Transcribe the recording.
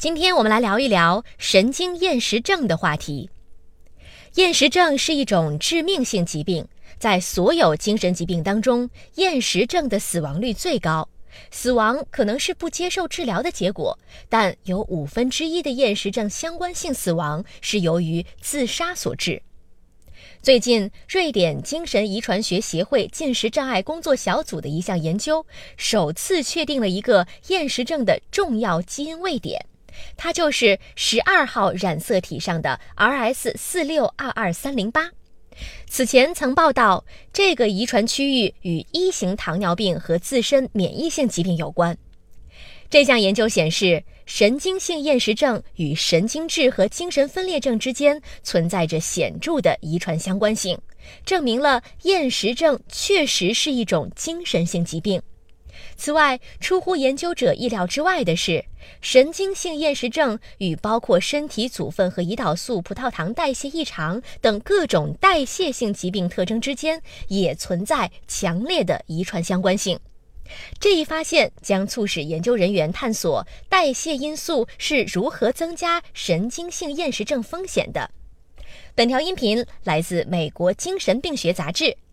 今天我们来聊一聊神经厌食症的话题。厌食症是一种致命性疾病，在所有精神疾病当中，厌食症的死亡率最高。死亡可能是不接受治疗的结果，但有1/5的厌食症相关性死亡是由于自杀所致。最近，瑞典精神遗传学协会进食障碍工作小组的一项研究，首次确定了一个厌食症的重要基因位点，它就是12号染色体上的 RS4622308。此前曾报道，这个遗传区域与1型糖尿病和自身免疫性疾病有关。这项研究显示，神经性厌食症与神经质和精神分裂症之间存在着显著的遗传相关性，证明了厌食症确实是一种精神性疾病。此外，出乎研究者意料之外的是，神经性厌食症与包括身体组分和胰岛素、葡萄糖代谢异常等各种代谢性疾病特征之间也存在强烈的遗传相关性。这一发现将促使研究人员探索代谢因素是如何增加神经性厌食症风险的。本条音频来自美国精神病学杂志，